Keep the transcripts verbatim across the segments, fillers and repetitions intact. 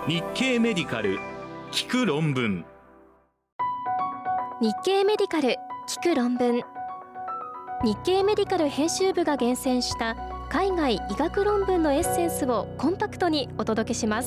日経メディカル聞く論文。 日経メディカル聞く論文。日経メディカル編集部が厳選した海外医学論文のエッセンスをコンパクトにお届けします。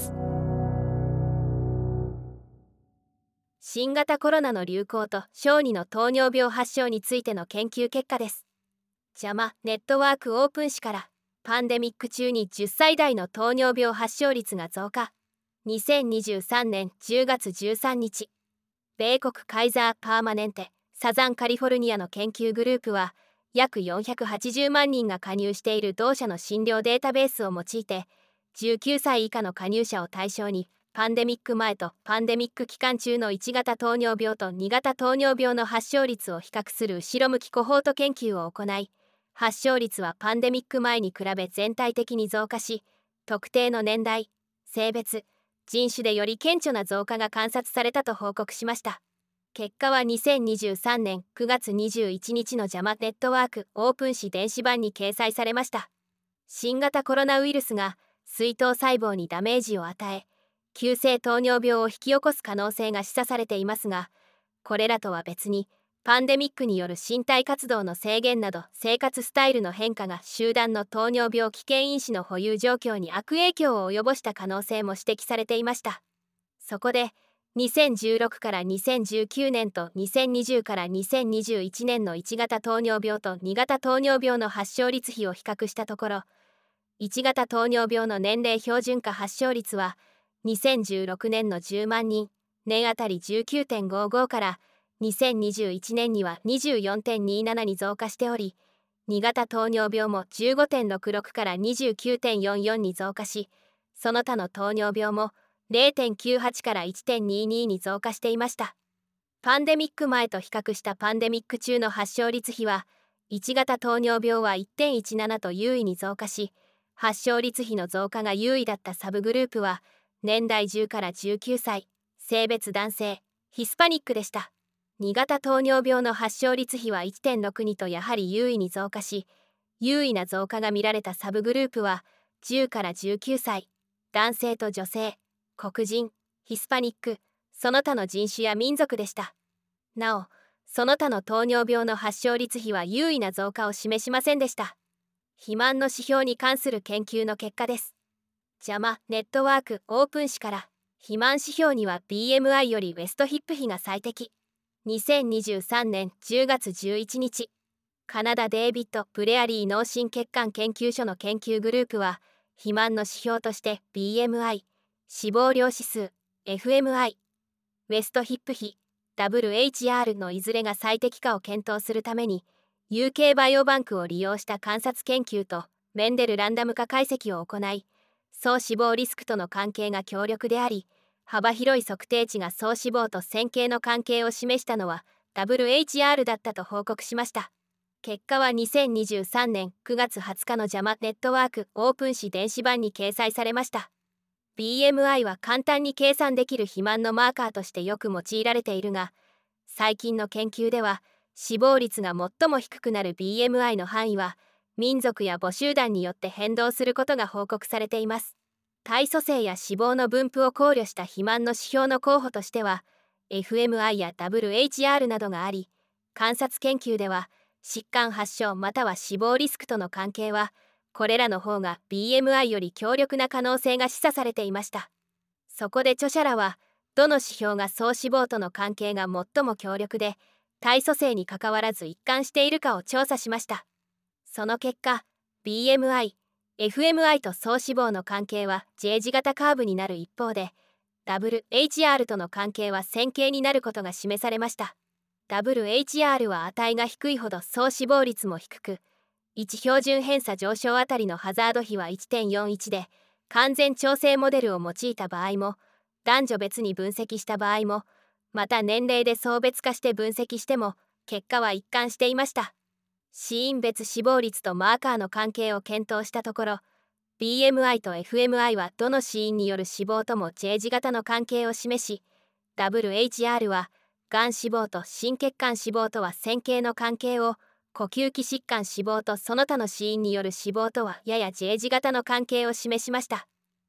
新型コロナの流行と小児の糖尿病発症についての研究結果です。ジャマネットワークオープン誌から、パンデミック中にじゅっさい代の糖尿病発症率が増加。にせんにじゅうさんねんじゅうがつじゅうさんにち、米国カイザーパーマネンテサザンカリフォルニアの研究グループは、約よんひゃくはちじゅうまんにんが加入している同社の診療データベースを用いて、じゅうきゅうさい以下の加入者を対象に、パンデミック前とパンデミック期間中のいち型糖尿病とに型糖尿病の発症率を比較する後ろ向きコホート研究を行い、発症率はパンデミック前に比べ全体的に増加し、特定の年代、性別、人種でより顕著な増加が観察されたと報告しました。結果はにせんにじゅうさんねんくがつにじゅういちにちのジャマネットワークオープン誌電子版に掲載されました。新型コロナウイルスが膵頭細胞にダメージを与え、急性糖尿病を引き起こす可能性が示唆されていますが、これらとは別に、パンデミックによる身体活動の制限など生活スタイルの変化が集団の糖尿病危険因子の保有状況に悪影響を及ぼした可能性も指摘されていました。そこで、にせんじゅうろくからにせんじゅうきゅうねんとにせんにじゅうからにせんにじゅういちねんのいち型糖尿病とに型糖尿病の発症率比を比較したところ、いち型糖尿病の年齢標準化発症率はにせんじゅうろくねんのじゅうまんにん、年あたり じゅうきゅうてんごご からにせんにじゅういちねんには にじゅうよんてんにじゅうなな に増加しており、に型糖尿病も じゅうごてんろくろく から にじゅうきゅうてんよんよん に増加し、その他の糖尿病も れいてんきゅうはち から いってんにじゅうに に増加していました。パンデミック前と比較したパンデミック中の発症率比は、いち型糖尿病は いってんいちなな と優位に増加し、発症率比の増加が優位だったサブグループは、年代じゅうからじゅうきゅうさい、性別男性、ヒスパニックでした。に型糖尿病の発症率比は いってんろくに とやはり優位に増加し、優位な増加が見られたサブグループはじゅうからじゅうきゅうさい、男性と女性、黒人、ヒスパニック、その他の人種や民族でした。なお、その他の糖尿病の発症率比は優位な増加を示しませんでした。肥満の指標に関する研究の結果です。ジャマネットワークオープン誌から、肥満指標には ビーエムアイ よりウエストヒップ比が最適。にせんにじゅうさんねんじゅうがつじゅういちにち、カナダデイビッド・ブレアリー脳神血管研究所の研究グループは、肥満の指標として ビーエムアイ、脂肪量指数、エフエムアイ、ウエストヒップ比、ダブリューエイチアール のいずれが最適化を検討するために、ユーケー バイオバンクを利用した観察研究とメンデルランダム化解析を行い、総脂肪リスクとの関係が強力であり、幅広い測定値が総脂肪と線形の関係を示したのは ダブリューエイチアール だったと報告しました。結果はにせんにじゅうさんねんくがつはつかのジャマネットワークオープン誌電子版に掲載されました。ビーエムアイ は簡単に計算できる肥満のマーカーとしてよく用いられているが、最近の研究では死亡率が最も低くなる ビーエムアイ の範囲は民族や母集団によって変動することが報告されています。体組成や脂肪の分布を考慮した肥満の指標の候補としては エフエムアイ や ダブリューエイチアール などがあり、観察研究では疾患発症または死亡リスクとの関係はこれらの方が ビーエムアイ より強力な可能性が示唆されていました。そこで著者らはどの指標が総脂肪との関係が最も強力で体組成にかかわらず一貫しているかを調査しました。その結果 ビーエムアイ、エフエムアイ と総脂肪の関係は J 字型カーブになる一方で ダブリューエイチアール との関係は線形になることが示されました。 ダブリューエイチアール は値が低いほど総脂肪率も低く、いち標準偏差上昇あたりのハザード比は いってんよんいち で、完全調整モデルを用いた場合も男女別に分析した場合もまた年齢で層別化して分析しても結果は一貫していました。死因別死亡率とマーカーの関係を検討したところ ビーエムアイ と エフエムアイ はどの死因による死亡とも J 字型の関係を示し、 ダブリューエイチアール はがん死亡と心血管死亡とは線形の関係を、呼吸器疾患死亡とその他の死因による死亡とはやや J 字型の関係を示しました。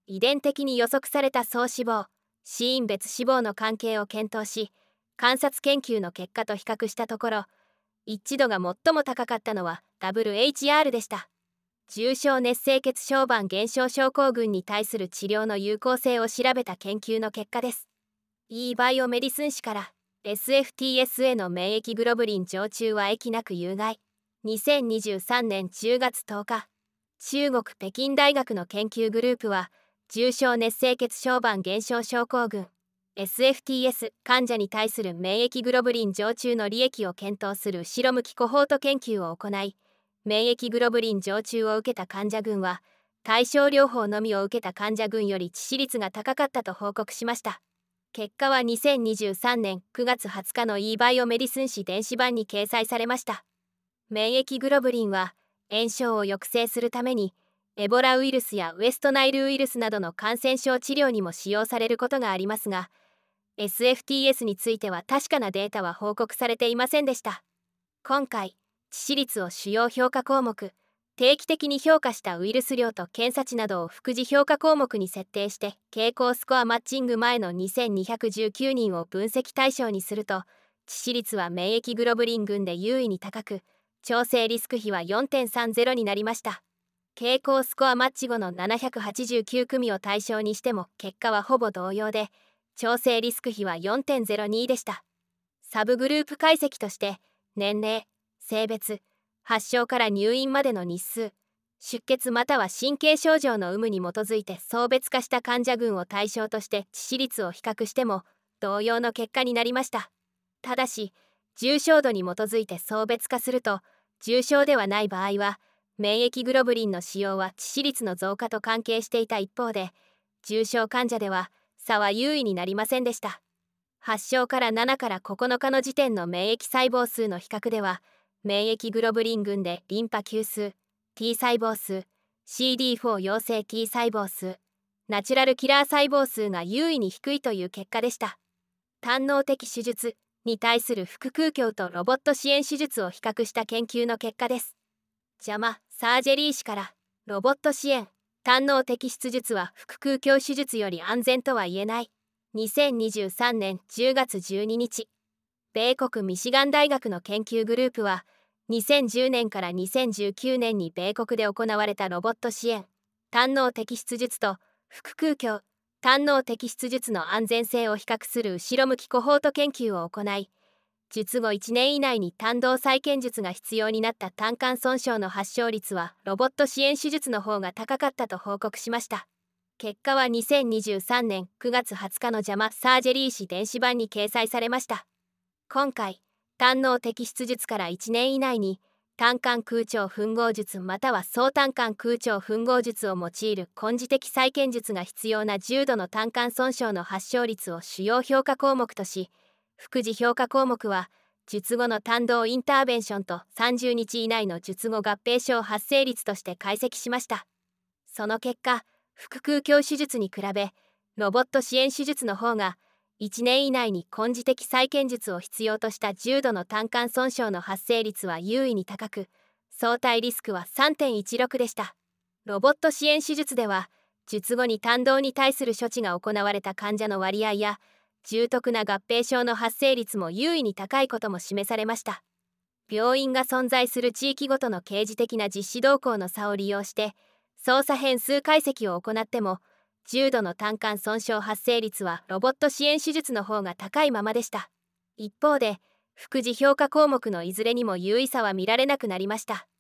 遺伝的に予測された総死亡、死因別死亡の関係を検討し、観察研究の結果と比較したところ、一致度が最も高かったのは ダブリューエイチアール でした。重症熱性血小板減少症候群に対する治療の有効性を調べた研究の結果です。E バイオメディスン誌から エスエフティーエス への免疫グロブリン常駐は益なく有害。にせんにじゅうさんねんじゅうがつとおか、中国北京大学の研究グループは、重症熱性血小板減少症候群 エスエフティーエス 患者に対する免疫グロブリン常駐の利益を検討する後ろ向きコホート研究を行い、免疫グロブリン常駐を受けた患者群は、対症療法のみを受けた患者群より致死率が高かったと報告しました。結果はにせんにじゅうさんねんくがつはつかの E バイオメディスン誌電子版に掲載されました。免疫グロブリンは、炎症を抑制するために、エボラウイルスやウエストナイルウイルスなどの感染症治療にも使用されることがありますが、エスエフティーエス については確かなデータは報告されていませんでした。今回、致死率を主要評価項目、定期的に評価したウイルス量と検査値などを副次評価項目に設定して、傾向スコアマッチング前のにせんにひゃくじゅうきゅうにんを分析対象にすると、致死率は免疫グロブリン群で優位に高く、調整リスク比は よんてんさんゼロ になりました。傾向スコアマッチ後のななひゃくはちじゅうきゅうくみを対象にしても結果はほぼ同様で、調整リスク比は よんてんゼロに でした。サブグループ解析として、年齢、性別、発症から入院までの日数、出血または神経症状の有無に基づいて層別化した患者群を対象として致死率を比較しても同様の結果になりました。ただし、重症度に基づいて層別化すると、重症ではない場合は、免疫グロブリンの使用は致死率の増加と関係していた一方で、重症患者では差は優位になりませんでした。発症からななからここのかの時点の免疫細胞数の比較では、免疫グロブリン群でリンパ球数、T 細胞数、シーディーフォー 陽性 T 細胞数、ナチュラルキラー細胞数が優位に低いという結果でした。胆のう的手術に対する腹腔鏡とロボット支援手術を比較した研究の結果です。ジャマ・サージェリー氏から、ロボット支援、胆のう摘出術は腹腔鏡手術より安全とは言えない。にせんにじゅうさんねんじゅうがつじゅうににち、米国ミシガン大学の研究グループは、にせんじゅうねんからにせんじゅうきゅうねんに米国で行われたロボット支援、胆のう摘出術と腹腔鏡、胆のう摘出術の安全性を比較する後ろ向きコホート研究を行い、術後いちねん以内に胆道再建術が必要になった胆管損傷の発症率はロボット支援手術の方が高かったと報告しました。結果はにせんにじゅうさんねんくがつはつかのジャマ・サージェリー誌電子版に掲載されました。今回、胆のう摘出術からいちねん以内に胆管空調吻合術または総胆管空調吻合術を用いる根治的再建術が必要な重度の胆管損傷の発症率を主要評価項目とし、副次評価項目は術後の胆道インターベンションとさんじゅうにち以内の術後合併症発生率として解析しました。その結果、腹腔鏡手術に比べロボット支援手術の方がいちねん以内に根治的再建術を必要とした重度の胆管損傷の発生率は優位に高く、相対リスクは さんてんいちろく でした。ロボット支援手術では、術後に胆道に対する処置が行われた患者の割合や、重篤な合併症の発生率も優位に高いことも示されました。病院が存在する地域ごとの刑事的な実施動向の差を利用して、操作変数解析を行っても、重度の胆管損傷発生率はロボット支援手術の方が高いままでした。一方で、副次評価項目のいずれにも優位差は見られなくなりました。